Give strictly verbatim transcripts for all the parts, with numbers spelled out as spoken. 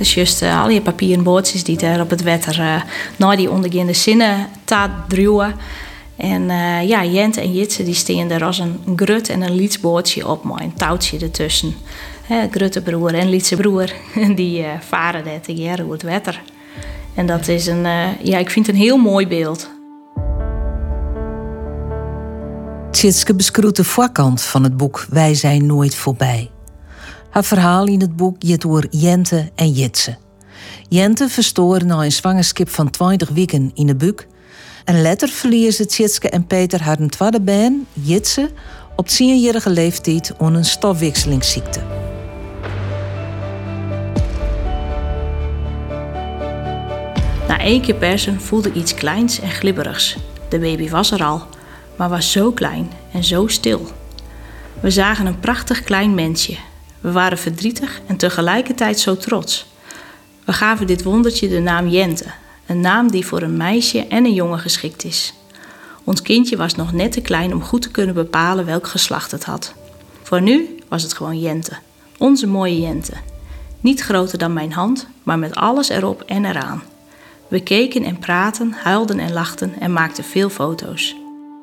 Dus juist uh, al die papieren boordjes die daar op het wetter uh, naar die ondergaande zinnen taat druwen. En uh, ja, Jente en Jitse die staan er als een grut en een lietsboordje op, maar een touwtje ertussen. He, Grutte broer en Lietse broer, die uh, varen dat tegen het wetter. En dat is een, uh, ja, ik vind het een heel mooi beeld. Tjitske beschroet de voorkant van het boek Wij zijn nooit voorbij. Haar verhaal in het boek gaat door Jente en Jitse. Jente verstoor na een zwangerschap van twintig weken in de buik. En later verliezen Tjitske en Peter haar een tweede baan, Jitse, op tienjarige leeftijd aan een stofwisselingsziekte. Na één keer persen voelde ik iets kleins en glibberigs. De baby was er al, maar was zo klein en zo stil. We zagen een prachtig klein mensje. We waren verdrietig en tegelijkertijd zo trots. We gaven dit wondertje de naam Jente, een naam die voor een meisje en een jongen geschikt is. Ons kindje was nog net te klein om goed te kunnen bepalen welk geslacht het had. Voor nu was het gewoon Jente, onze mooie Jente. Niet groter dan mijn hand, maar met alles erop en eraan. We keken en praten, huilden en lachten en maakten veel foto's.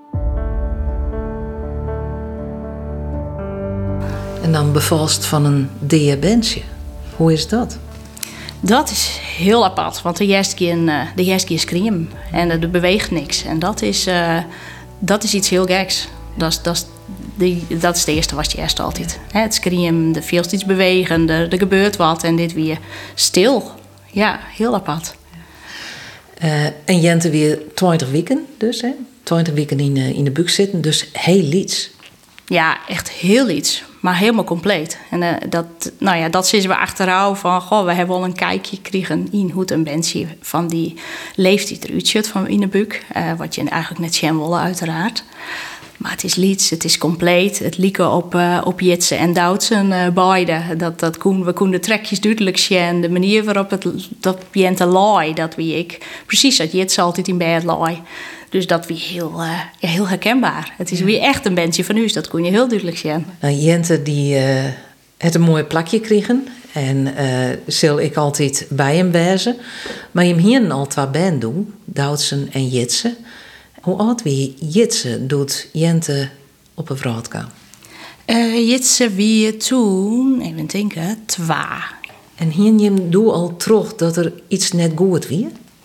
En dan bevalst van een diabensje. Hoe is dat? Dat is heel apart, want de eerste keer, de eerste keer is cream en er beweegt niks. En dat is, uh, dat is iets heel geks. Dat is, dat is, die, dat is de eerste was je eerst altijd. Ja. Het scream, er veel iets bewegen, er, er gebeurt wat en dit weer stil. Ja, heel apart. Uh, en Jente weer twintig weken dus, hè? twintig weken in, uh, in de buik zitten, dus heel iets. Ja, echt heel iets, maar helemaal compleet. En uh, dat, nou ja, dat zitten we achterhouden van, goh, we hebben al een kijkje gekregen in hoe het een mensje van die leeftijd eruit ziet van in de buik. Uh, wat je eigenlijk net zien willen, uiteraard. Maar het is liets, het is compleet. Het lieken op, uh, op Jitse en Doutsen uh, beide. Dat, dat kon, we konden de trekjes duidelijk zien. De manier waarop het dat Jente laai, dat wie ik precies dat Jitse altijd in bed laai. Dus dat wie heel, uh, ja, heel herkenbaar. Het is ja. Weer echt een bandje van u, dat kon je heel duidelijk zien. Nou, Jente die uh, het een mooi plakje kregen. En uh, zal ik altijd bij hem wezen. Maar je hem hier al twee band doen, Doutsen en Jitse. Hoe oud wie Jitse doet Jente op een vrouwtkamer? Uh, Jitse wie toen, even denken, twa. En hier je doe al terug dat er iets net goed wie?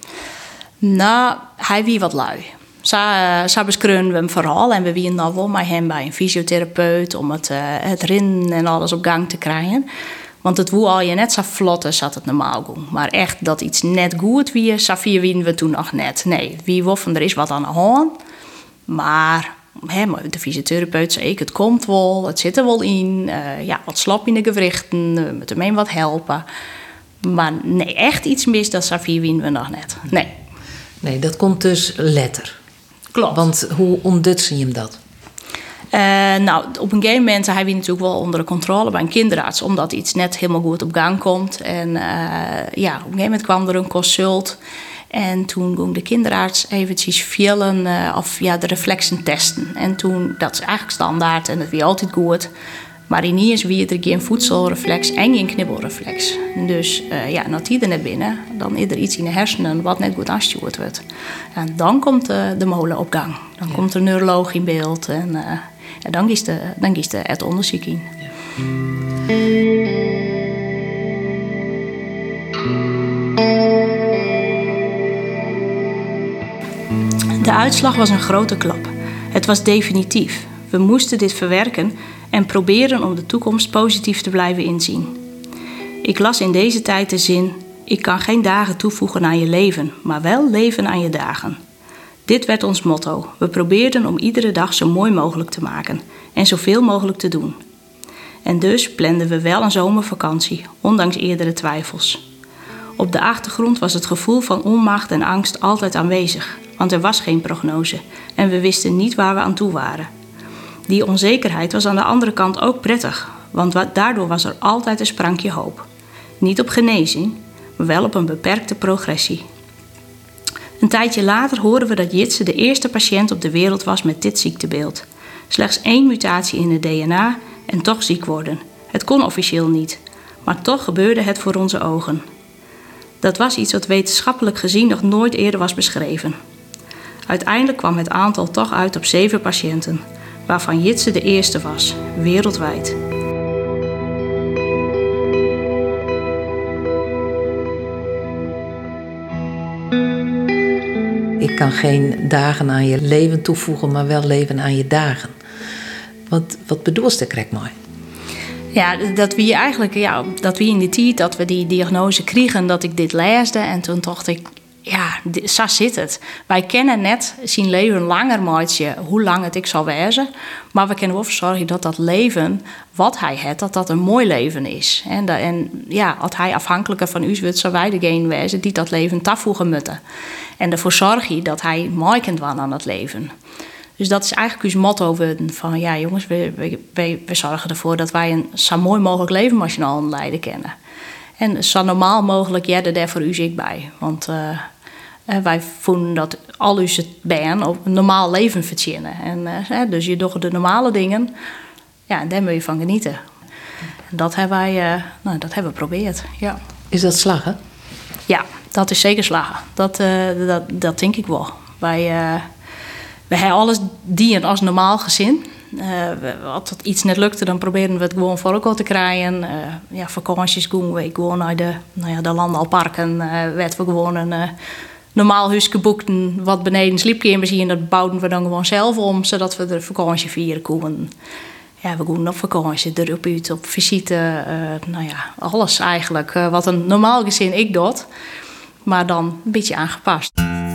Nou, hij wie wat lui. Zo, uh, zo beschreven we hem vooral. En we wien dan wel met hem bij een fysiotherapeut om het, uh, het rennen en alles op gang te krijgen. Want het woe al je net zo vlot als het normaal ging. Maar echt dat iets net goed wie, zo wien we toen nog net. Nee, wie woffen er is wat aan de hand. Maar he, de fysiotherapeut zei ik, het komt wel, het zit er wel in. Uh, ja, wat slap in de gewrichten, we moeten hem wat helpen. Maar nee, echt iets mis, dat zo wien we nog net. Nee. Nee, dat komt dus letter. Klopt. Want hoe ontdutsen je hem dat? Uh, nou, op een gegeven moment hij wie natuurlijk wel onder de controle bij een kinderarts, omdat iets net helemaal goed op gang komt. En uh, ja, op een gegeven moment kwam er een consult. En toen ging de kinderarts eventjes vielen, uh, of ja, de reflexen testen. En toen, dat is eigenlijk standaard en dat wie altijd goed. Maar in hier is wie er geen voedselreflex en geen knibbelreflex. Dus uh, ja, nou die er net binnen, dan is er iets in de hersenen wat net goed aangestuurd wordt. En dan komt uh, de molen op gang. Dan ja. komt er een neuroloog in beeld en uh, ja, dan is de, dan is de het onderzoek in. Ja. De uitslag was een grote klap. Het was definitief. We moesten dit verwerken en proberen om de toekomst positief te blijven inzien. Ik las in deze tijd de zin: ik kan geen dagen toevoegen aan je leven, maar wel leven aan je dagen. Dit werd ons motto. We probeerden om iedere dag zo mooi mogelijk te maken en zoveel mogelijk te doen. En dus planden we wel een zomervakantie, ondanks eerdere twijfels. Op de achtergrond was het gevoel van onmacht en angst altijd aanwezig, want er was geen prognose en we wisten niet waar we aan toe waren. Die onzekerheid was aan de andere kant ook prettig, want daardoor was er altijd een sprankje hoop. Niet op genezing, maar wel op een beperkte progressie. Een tijdje later horen we dat Jitse de eerste patiënt op de wereld was met dit ziektebeeld. Slechts één mutatie in het D N A en toch ziek worden. Het kon officieel niet, maar toch gebeurde het voor onze ogen. Dat was iets wat wetenschappelijk gezien nog nooit eerder was beschreven. Uiteindelijk kwam het aantal toch uit op zeven patiënten, waarvan Jitse de eerste was, wereldwijd. Ik kan geen dagen aan je leven toevoegen, maar wel leven aan je dagen. Wat, wat bedoel je daar mooi? Ja, dat we eigenlijk, ja, dat we in die tijd dat we die diagnose kregen, dat ik dit leesde en toen dacht ik, ja, zo zit het. Wij kennen net zien leven langer maatje hoe lang het ik zal wezen, maar we kunnen wel zorgen dat dat leven wat hij heeft, dat dat een mooi leven is. En, dat, en ja, als hij afhankelijker van u wordt, zou wij degene wezen die dat leven toevoegen moeten. En ervoor zorg je dat hij mooi kan worden aan het leven. Dus dat is eigenlijk ons motto van, ja jongens, we, we, we, we zorgen ervoor dat wij een zo mooi mogelijk leven met z'n allen leiden kennen. En zo normaal mogelijk jij er voor u ik bij. Want uh, wij voelen dat al uw baan op een normaal leven verdienen. En uh, dus je doet de normale dingen, ja, en daar moet je van genieten. En dat hebben wij, uh, nou, dat hebben we geprobeerd, ja. Is dat slagen? Ja, dat is zeker slagen. Dat, uh, dat, dat denk ik wel. Wij... Uh, We hebben alles dienen als normaal gezin. Uh, als het iets net lukte, dan proberen we het gewoon voor elkaar te krijgen. Uh, ja, vakanties gaan we gewoon naar de, nou ja, de landalparken. Uh, werd we gewoon een uh, normaal huis geboekt. Wat beneden sliepkamers hier. En dat bouwden we dan gewoon zelf om, zodat we de vakantie vieren konden. Ja, we gaan op vakantie, erop uit, op visite. Uh, nou ja, alles eigenlijk. Uh, wat een normaal gezin ik doet. Maar dan een beetje aangepast.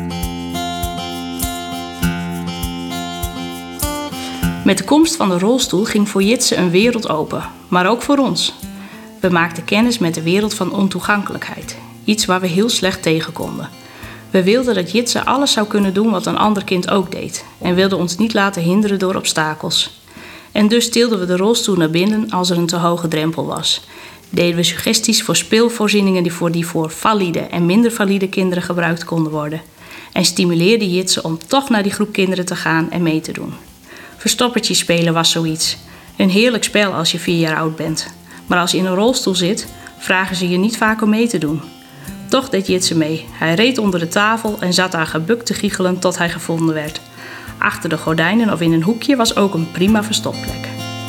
Met de komst van de rolstoel ging voor Jitse een wereld open, maar ook voor ons. We maakten kennis met de wereld van ontoegankelijkheid, iets waar we heel slecht tegen konden. We wilden dat Jitse alles zou kunnen doen wat een ander kind ook deed en wilden ons niet laten hinderen door obstakels. En dus tilden we de rolstoel naar binnen als er een te hoge drempel was. Deden we suggesties voor speelvoorzieningen die voor die voor valide en minder valide kinderen gebruikt konden worden. En stimuleerden Jitse om toch naar die groep kinderen te gaan en mee te doen. Verstoppertje spelen was zoiets. Een heerlijk spel als je vier jaar oud bent. Maar als je in een rolstoel zit, vragen ze je niet vaak om mee te doen. Toch deed Jitse mee. Hij reed onder de tafel en zat daar gebukt te giechelen tot hij gevonden werd. Achter de gordijnen of in een hoekje was ook een prima verstopplek.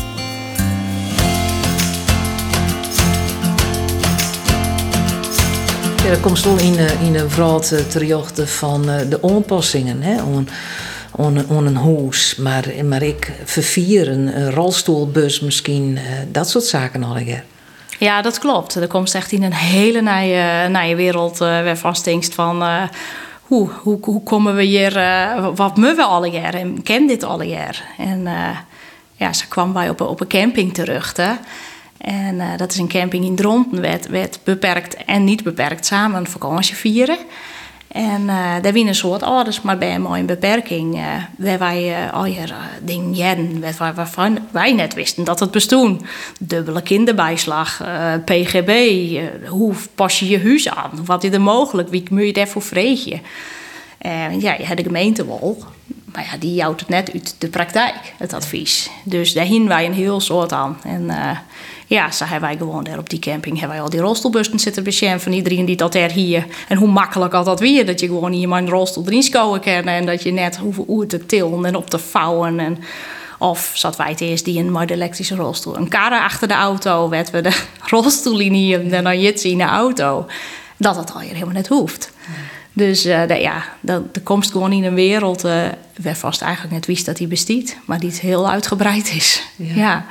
Ja, dat komt wel in, in een vraag terecht van de aanpassingen. Hè? On, on, on een huis, maar, maar ik vervier een, een rolstoelbus misschien, dat soort zaken al. Ja, dat klopt. Er komt echt in een hele nieuwe, nieuwe wereld uh, waar vast denkt van... Uh, hoe, hoe, hoe komen we hier... Uh, wat moeten we alle jaar? En ken dit alle jaar? En uh, ja, ze kwam bij op, op een camping terug. Hè? En uh, dat is een camping in Dronten. Werd, werd beperkt en niet beperkt samen een vakantie vieren. En uh, daar waren een soort ouders, maar bij een mooie beperking. Uh, waar wij uh, al je uh, dingen hadden waarvan wij net wisten dat het bestond. Dubbele kinderbijslag, uh, P G B, uh, hoe pas je je huis aan? Wat is er mogelijk? Wie moet je daarvoor vregen? Uh, ja, je hebt de gemeente wel, maar ja, die houdt het net uit de praktijk, het advies. Dus daar hingen wij een heel soort aan. En uh, ja, zo hebben wij gewoon daar op die camping hebben wij al die rolstoelbussen zitten beschermd van iedereen die dat er hier. En hoe makkelijk al dat weer, dat je gewoon hier maar een rolstoel erin schouwen kan en dat je net hoe, hoe te tillen en op te vouwen. En, of zat wij het eerst die een de elektrische rolstoel. Een karre achter de auto, werd we de rolstoellinie en dan Jitse in de auto. Dat het al hier helemaal net hoeft. Ja. Dus uh, de, ja, de, de komst gewoon in een wereld uh, waar vast eigenlijk net wist dat die bestaat, maar die heel uitgebreid is. Ja. ja.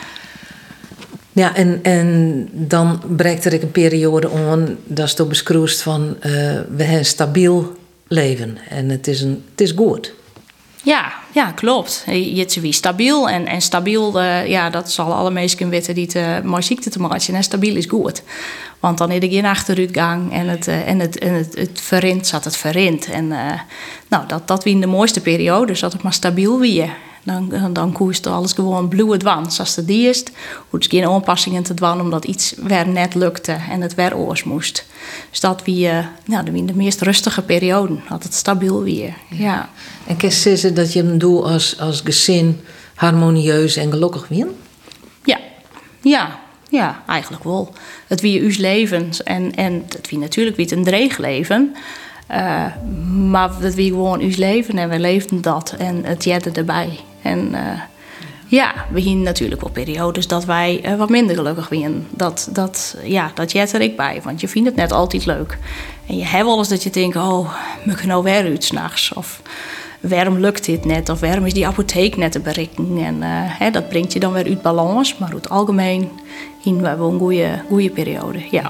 Ja, en, en dan breekt er een periode aan, dat is toch beschroest van, uh, we hebben een stabiel leven en het is, een, het is goed. Ja, ja, klopt. Je is wie stabiel en, en stabiel, uh, ja, dat zal alle mensen weten die het uh, met ziekte te maken hebben. En stabiel is goed. Want dan is er geen achteruitgang en het, uh, en het, en het, het verrint, zat het verrint. En uh, nou, dat, dat wie in de mooiste periode, dat het maar stabiel wie. Dan, dan, dan koest alles gewoon bloeien dwan. Zoals het die is, hoeft geen aanpassingen te dwan, omdat iets weer net lukte en het weer oors moest. Dus dat wie, uh, nou, in de meest rustige periode, dat het stabiel wie. Ja. En kan je zeggen dat je hem doet als, als gezin harmonieus en gelukkig wien? Ja, ja. Ja, eigenlijk wel. Het wie uw leven en, en het wie natuurlijk wie het een dreig leven. Uh, maar het wie gewoon uw leven en we leefden dat en het jette erbij. En uh, ja, we hadden natuurlijk wel periodes dat wij uh, wat minder gelukkig waren. Dat, dat, ja, dat jet er ik bij, want je vindt het net altijd leuk. En je hebt wel eens dat je denkt, oh, moet ik nou weer uit 's nachts? Of waarom lukt dit net? Of waarom is die apotheek net te bereiken? En uh, hè, dat brengt je dan weer uit balans. Maar over het algemeen hadden we wel een goede, goede periode, ja.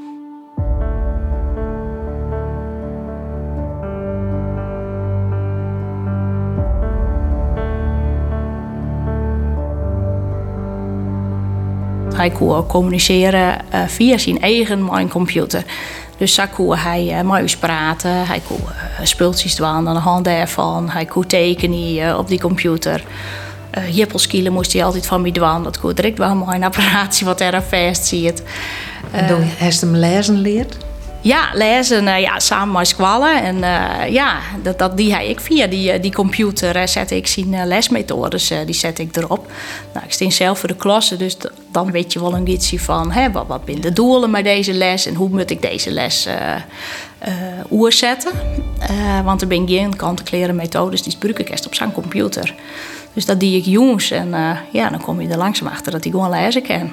Hij kon communiceren uh, via zijn eigen mijn computer. Dus zo kon hij uh, met ons praten. Hij kon uh, spultjes doen aan de hand daarvan. Hij kon tekenen uh, op die computer. Uh, Jippelskielen moest hij altijd van mij doen. Dat kon direct wel een apparaatje wat er vast ziet. Uh, en toen heeft hem lezen leerd? Ja, lezen, uh, ja, samen met squallen. En uh, ja, dat, dat die hij ik via die, die computer uh, zette ik zijn uh, lesmethodes, uh, die zet ik erop. Nou, ik steen zelf voor de klasse, dus d- dan weet je wel een beetje van, hè, wat, wat zijn de doelen met deze les en hoe moet ik deze les uh, uh, oerzetten. Uh, want er ben geen kant-en-klare methodes, die gebruik ik eerst op zijn computer. Dus dat die ik jongens en uh, ja, dan kom je er langzaam achter dat hij gewoon lezen kan.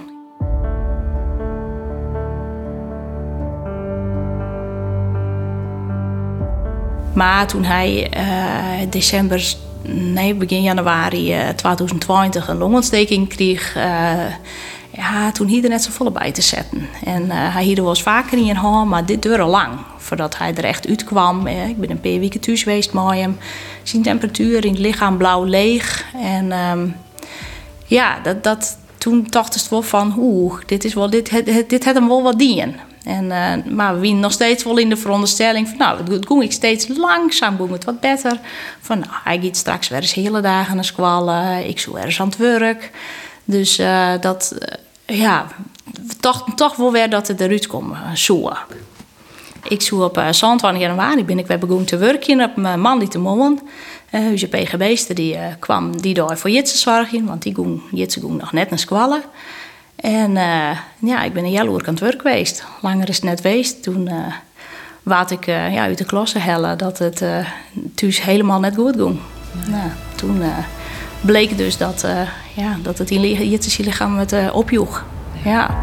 Maar toen hij uh, december, nee, begin januari uh, twintig twintig een longontsteking kreeg, uh, ja, toen hield hij net zo volle bij te zetten. En uh, hij hield er wel eens vaker in hand, maar dit duurde lang voordat hij er echt uitkwam. Uh, ik ben een paar weken thuis geweest met hem. Zijn temperatuur in het lichaam blauw leeg. En um, ja, dat, dat, toen dacht het wel van, oeh, dit is wel, dit, dit, dit had hem wel wat dienen. En, uh, maar we zijn nog steeds wel in de veronderstelling van, nou, het ging ik steeds langzaam, ging het wat beter. Van, nou, hij gaat straks weer eens hele dagen naar squallen, ik zou ergens aan het werk. Dus uh, dat, uh, ja, we dachten toch wel weer dat het eruit komt, uh, zo. Ik zou op uh, zesentwintig januari ben ik weer begonnen te werken op mijn man die te mommen. Uh, onze P G B'ster die uh, kwam die daar voor Jitse zorgen, want die ging, Jitse ging nog net naar squallen. En uh, ja, ik ben een jaar aan het werk geweest. Langer is het net geweest. Toen uh, waat ik uh, ja, uit de klasse hellen dat het uh, thuis helemaal net goed ging. Ja. Nou, toen uh, bleek dus dat, uh, ja, dat het in Jitse lichaam het uh, opjoeg. Ja.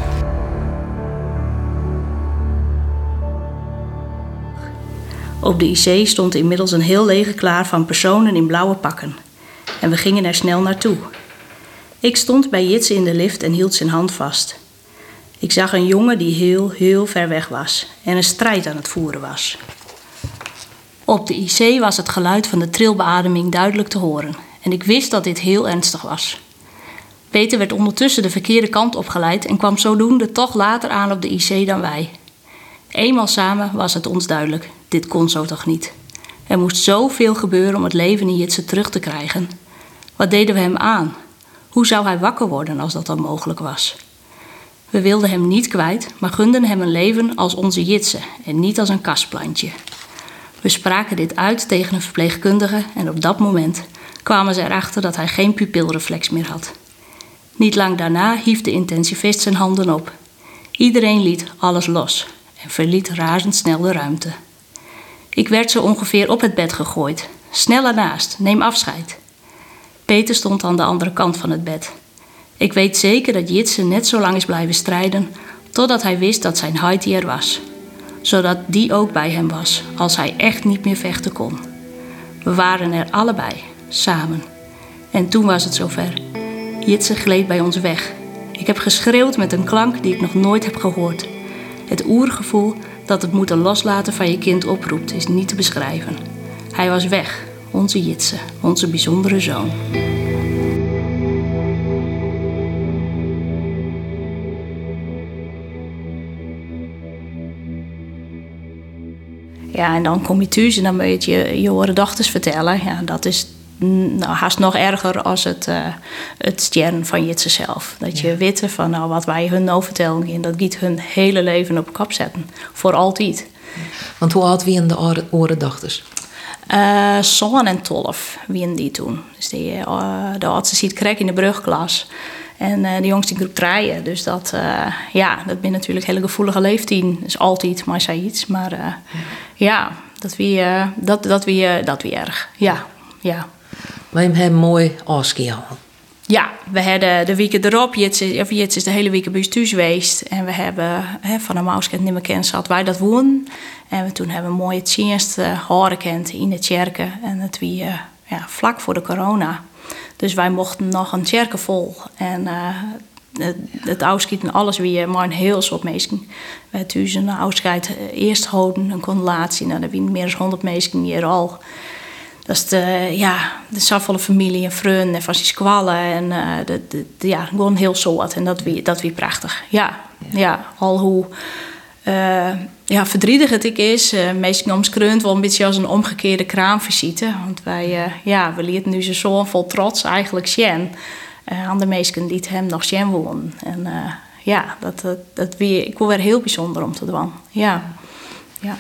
Op de I C stond inmiddels een heel leger klaar van personen in blauwe pakken. En we gingen er snel naartoe. Ik stond bij Jitse in de lift en hield zijn hand vast. Ik zag een jongen die heel, heel ver weg was en een strijd aan het voeren was. Op de I C was het geluid van de trilbeademing duidelijk te horen en ik wist dat dit heel ernstig was. Peter werd ondertussen de verkeerde kant opgeleid en kwam zodoende toch later aan op de I C dan wij. Eenmaal samen was het ons duidelijk, dit kon zo toch niet. Er moest zoveel gebeuren om het leven in Jitse terug te krijgen. Wat deden we hem aan? Hoe zou hij wakker worden als dat dan mogelijk was? We wilden hem niet kwijt, maar gunden hem een leven als onze Jitse en niet als een kastplantje. We spraken dit uit tegen een verpleegkundige en op dat moment kwamen ze erachter dat hij geen pupilreflex meer had. Niet lang daarna hief de intensivist zijn handen op. Iedereen liet alles los en verliet razendsnel de ruimte. Ik werd zo ongeveer op het bed gegooid. Snel ernaast, neem afscheid. Peter stond aan de andere kant van het bed. Ik weet zeker dat Jitse net zo lang is blijven strijden totdat hij wist dat zijn Heidi er was. Zodat die ook bij hem was, als hij echt niet meer vechten kon. We waren er allebei, samen. En toen was het zover. Jitse gleed bij ons weg. Ik heb geschreeuwd met een klank die ik nog nooit heb gehoord. Het oergevoel dat het moeten loslaten van je kind oproept is niet te beschrijven. Hij was weg, onze Jitse, onze bijzondere zoon. Ja, en dan kom je thuis en dan moet je het je, je horen dochters vertellen. Ja, dat is nou, haast nog erger als het, uh, het sterren van Jitse zelf. Dat je ja. weet van nou, wat wij hun nou vertellen en dat giet hun hele leven op kop zetten. Voor altijd. Want hoe oud waren de orendochters? Uh, Zo'n en twaalf waren die toen. Dus die, uh, de oudste ziet krek in de brugklas. En uh, de jongste in groep drie. Dus dat, uh, ja, dat ben natuurlijk hele gevoelige leeftijd. Dus altijd maar zoiets. Maar uh, ja. ja, dat wie, uh, dat, dat wie, uh, dat wie erg. Ja, ja. Maar je hebt mooi afgehaald. Ja, we hadden de weken erop, Jits is, of Jits is de hele week bij ons thuis geweest. En we hebben he, van een mauskent niet meer kent, zat wij dat wonen. En we, toen hebben we mooi het eerste uh, horen kent in de kerken. En het wie uh, ja, vlak voor de corona. Dus wij mochten nog een kerken vol. En uh, het, het afscheid en alles weer, maar een heel soort mensen. We hebben thuis een afscheid eerst houden, een condolatie. Nou, er waren meer dan honderd mensen hier al. Dat is de, ja, de zoveel familie en vrienden en van die squallen. En uh, de, de, de, ja, gewoon heel soort. En dat wie, dat wie prachtig. Ja, ja. ja al hoe uh, ja, verdrietig het ik is. Uh, meestal omschreeuwd wel een beetje als een omgekeerde kraamvisite. Want wij, uh, ja, we lieten nu zo vol trots eigenlijk zien. Uh, aan de meesten die hem nog zien wonen. En uh, ja, dat, dat, dat wie, ik vond weer heel bijzonder om te doen. Ja, ja.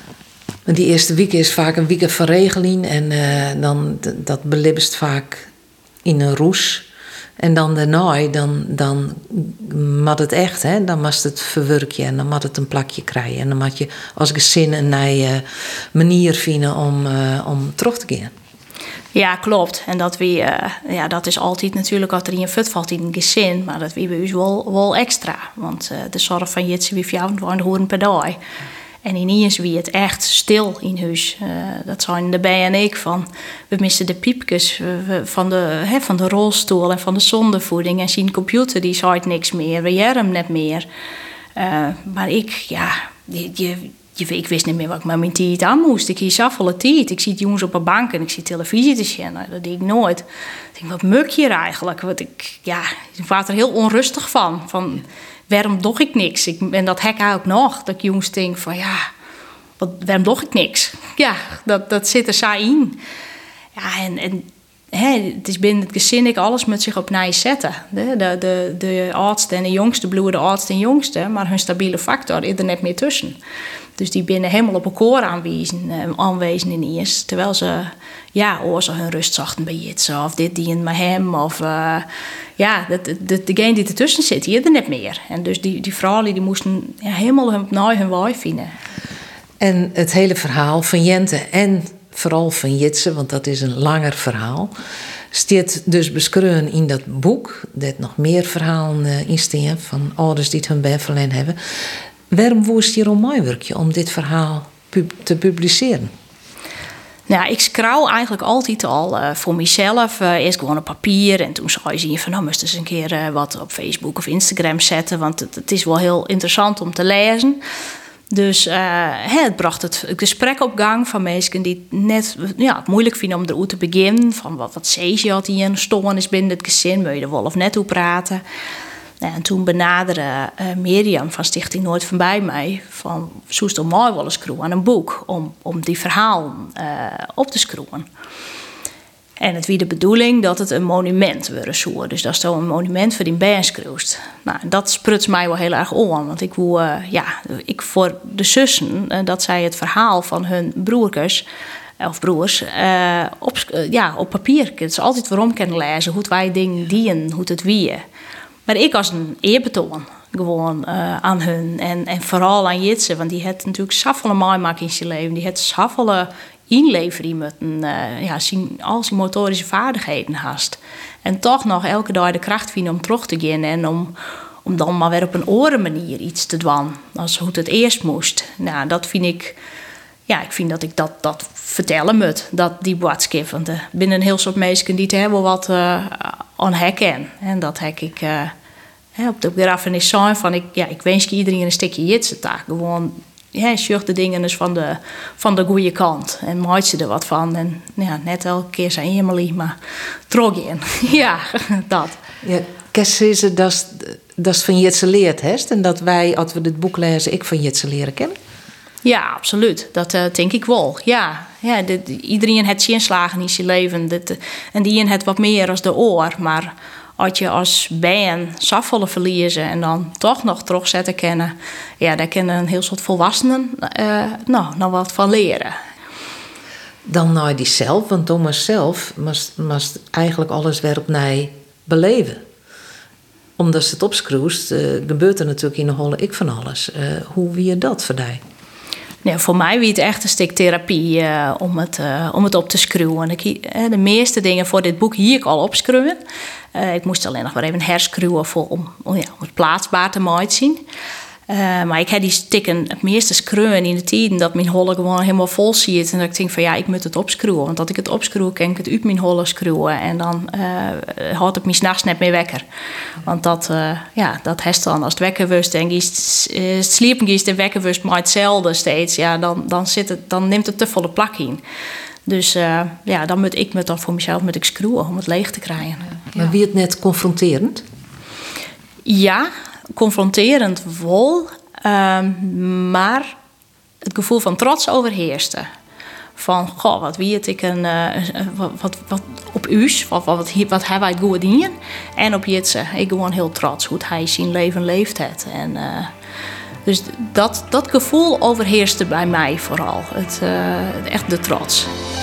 Die eerste week is vaak een week van regeling en uh, dan, dat belibbest vaak in een roes. En dan daarna, dan, dan moet het echt, hè? Dan moet het verwerken en dan moet het een plakje krijgen. En dan moet je als gezin een nieuwe manier vinden om, uh, om terug te gaan. Ja, klopt. En dat, wie, uh, ja, dat is altijd natuurlijk, als er in een fut valt in een gezin, maar dat wie bij ons wel, wel extra. Want uh, de zorg van Jitse wie jou horen per dag. En ineens wie het echt stil in huis. Uh, dat zijn de bij en ik van. We missen de piepjes we, van, de, he, van de rolstoel en van de zondevoeding. En zien computer, die zei niks meer. We jaren hem net meer. Uh, maar ik, ja, je, je, je, ik wist niet meer wat ik met mijn tijd aan moest. Ik hier zoveel tijd. Ik zie jongens op een bank en ik zie televisie te zien. Dat deed ik nooit. Ik denk, wat muk hier eigenlijk? Wat ik, ja, ik was er heel onrustig van. Van waarom doe ik niks? Ik, en dat hek ook nog. Dat ik jongens denk van ja, wat, waarom doe ik niks? Ja, dat, dat zit er zo in. Ja, en, en hè, het is binnen het gezin, ik alles moet zich op nij zetten. De, de, de, de oudste en de jongste bloeien de oudste en jongste, maar hun stabiele factor is er net meer tussen. Dus die binnen helemaal op elkaar aanwezen, aanwezen in eerst. Terwijl ze, ja, oor ze hun rust zochten bij Jitse. Of dit die met hem. Of uh, ja, de, de, degene die ertussen zit, die is er net meer. En dus die, die vrouwen die moesten ja, helemaal hun, naar hun waai vinden. En het hele verhaal van Jente en vooral van Jitse, want dat is een langer verhaal, staat dus beschreven in dat boek. Dat nog meer verhalen uh, in staan van ouders die het hun bed verlenen hebben. Waarom woest je een mooi werkje om dit verhaal pub- te publiceren? Nou, ik schrouw eigenlijk altijd al uh, voor mezelf. Uh, eerst gewoon op papier. En toen zou je zien van, nou, moest eens een keer uh, wat op Facebook of Instagram zetten. Want het, het is wel heel interessant om te lezen. Dus uh, het bracht het gesprek op gang van mensen die het net ja, het moeilijk vinden om erover te beginnen. Van wat, wat zei je had hier een stoornis is binnen het gezin? Wil je er wel of net over praten? En toen benaderde uh, Mirjam van Stichting Nooit van bij mij van zoest er mooi wel eens schroeven aan een boek om, om die verhaal uh, op te schroeven. En het was de bedoeling dat het een monument werd zou. Dus dat is toch een monument voor die bijschroest. Nou, dat sprutst mij wel heel erg aan, want ik wil, uh, ja, ik voor de zussen uh, dat zij het verhaal van hun broertjes of broers uh, op, uh, ja, op papier. Het is altijd waarom kunnen lezen hoe wij dingen dienen, hoe het wie. Maar ik als een eerbetoon gewoon uh, aan hun. En, en vooral aan Jitse. Want die heeft natuurlijk zoveel meemaken in zijn leven. Die heeft zoveel inlevering met een, uh, ja, zijn, al zijn motorische vaardigheden haast. En toch nog elke dag de kracht vinden om terug te gaan. En om, om dan maar weer op een andere manier iets te doen. Als hoe het eerst moest. Nou, dat vind ik... Ja, ik vind dat ik dat, dat vertellen moet. Dat die boodschap. Want er binnen een heel soort mensen die het hebben wat uh, aan herkennen. En dat heb ik... Uh, op de begrafenis zijn van ik, ja, ik wens je iedereen een stukje Jitse taak. Gewoon, ja, zorg de dingen dus van de, van de goede kant. En maakt ze er wat van. En ja, net elke keer zijn Emily, maar trog in. Ja, dat. Ja, Kes is het dat is van Jitse leert, hè? En dat wij, als we dit boek lezen, ik van Jitse leren kennen? Ja, absoluut. Dat uh, denk ik wel. Ja, ja de, de, iedereen heeft zijn slagen in zijn leven. De, de, en die een het wat meer als de oor, maar... Als je als bijen zoveel verliezen en dan toch nog terugzetten kennen, ja, daar kunnen een heel soort volwassenen uh, nou, nog wat van leren. Dan naar die zelf, want Thomas zelf moest, moest eigenlijk alles weer opnieuw beleven. omdat ze het opschroest, uh, gebeurt er natuurlijk in de holle ik van alles. Uh, hoe wie je dat voor die? Ja, voor mij wie het echt een stuk therapie uh, om, het, uh, om het op te schroeven. Ik, uh, de meeste dingen voor dit boek hier ik al opschroeven. Uh, ik moest alleen nog maar even herschroeven voor, om, om, ja, om het plaatsbaar te maken zien. Uh, maar ik heb die stikken het meeste schreeuwen in de tijden dat mijn holle gewoon helemaal vol zit. En dat ik denk van ja, ik moet het opschroeven. Want als ik het opschroef, kan ik het uit mijn holle schroeven. En dan uh, houdt het me 's nachts net meer wekker. Want dat, uh, ja, dat heeft dan als het wekker wust en uh, sliepen giest en wekker wust maar hetzelfde steeds. Ja, dan, dan, zit het, dan neemt het te volle plak in. Dus uh, ja, dan moet ik me dan voor mezelf moet ik schroeven om het leeg te krijgen. Maar ja. wie het net confronterend? Ja, confronterend wel, um, maar het gevoel van trots overheerste. Van, goh, wat wie het ik een, uh, wat, wat, wat op u's, wat, wat, wat, wat hebben wij het goed gedaan. En op Jitse, ik gewoon heel trots hoe hij zijn leven leeft het. En, uh, dus dat, dat gevoel overheerste bij mij vooral, het, uh, echt de trots.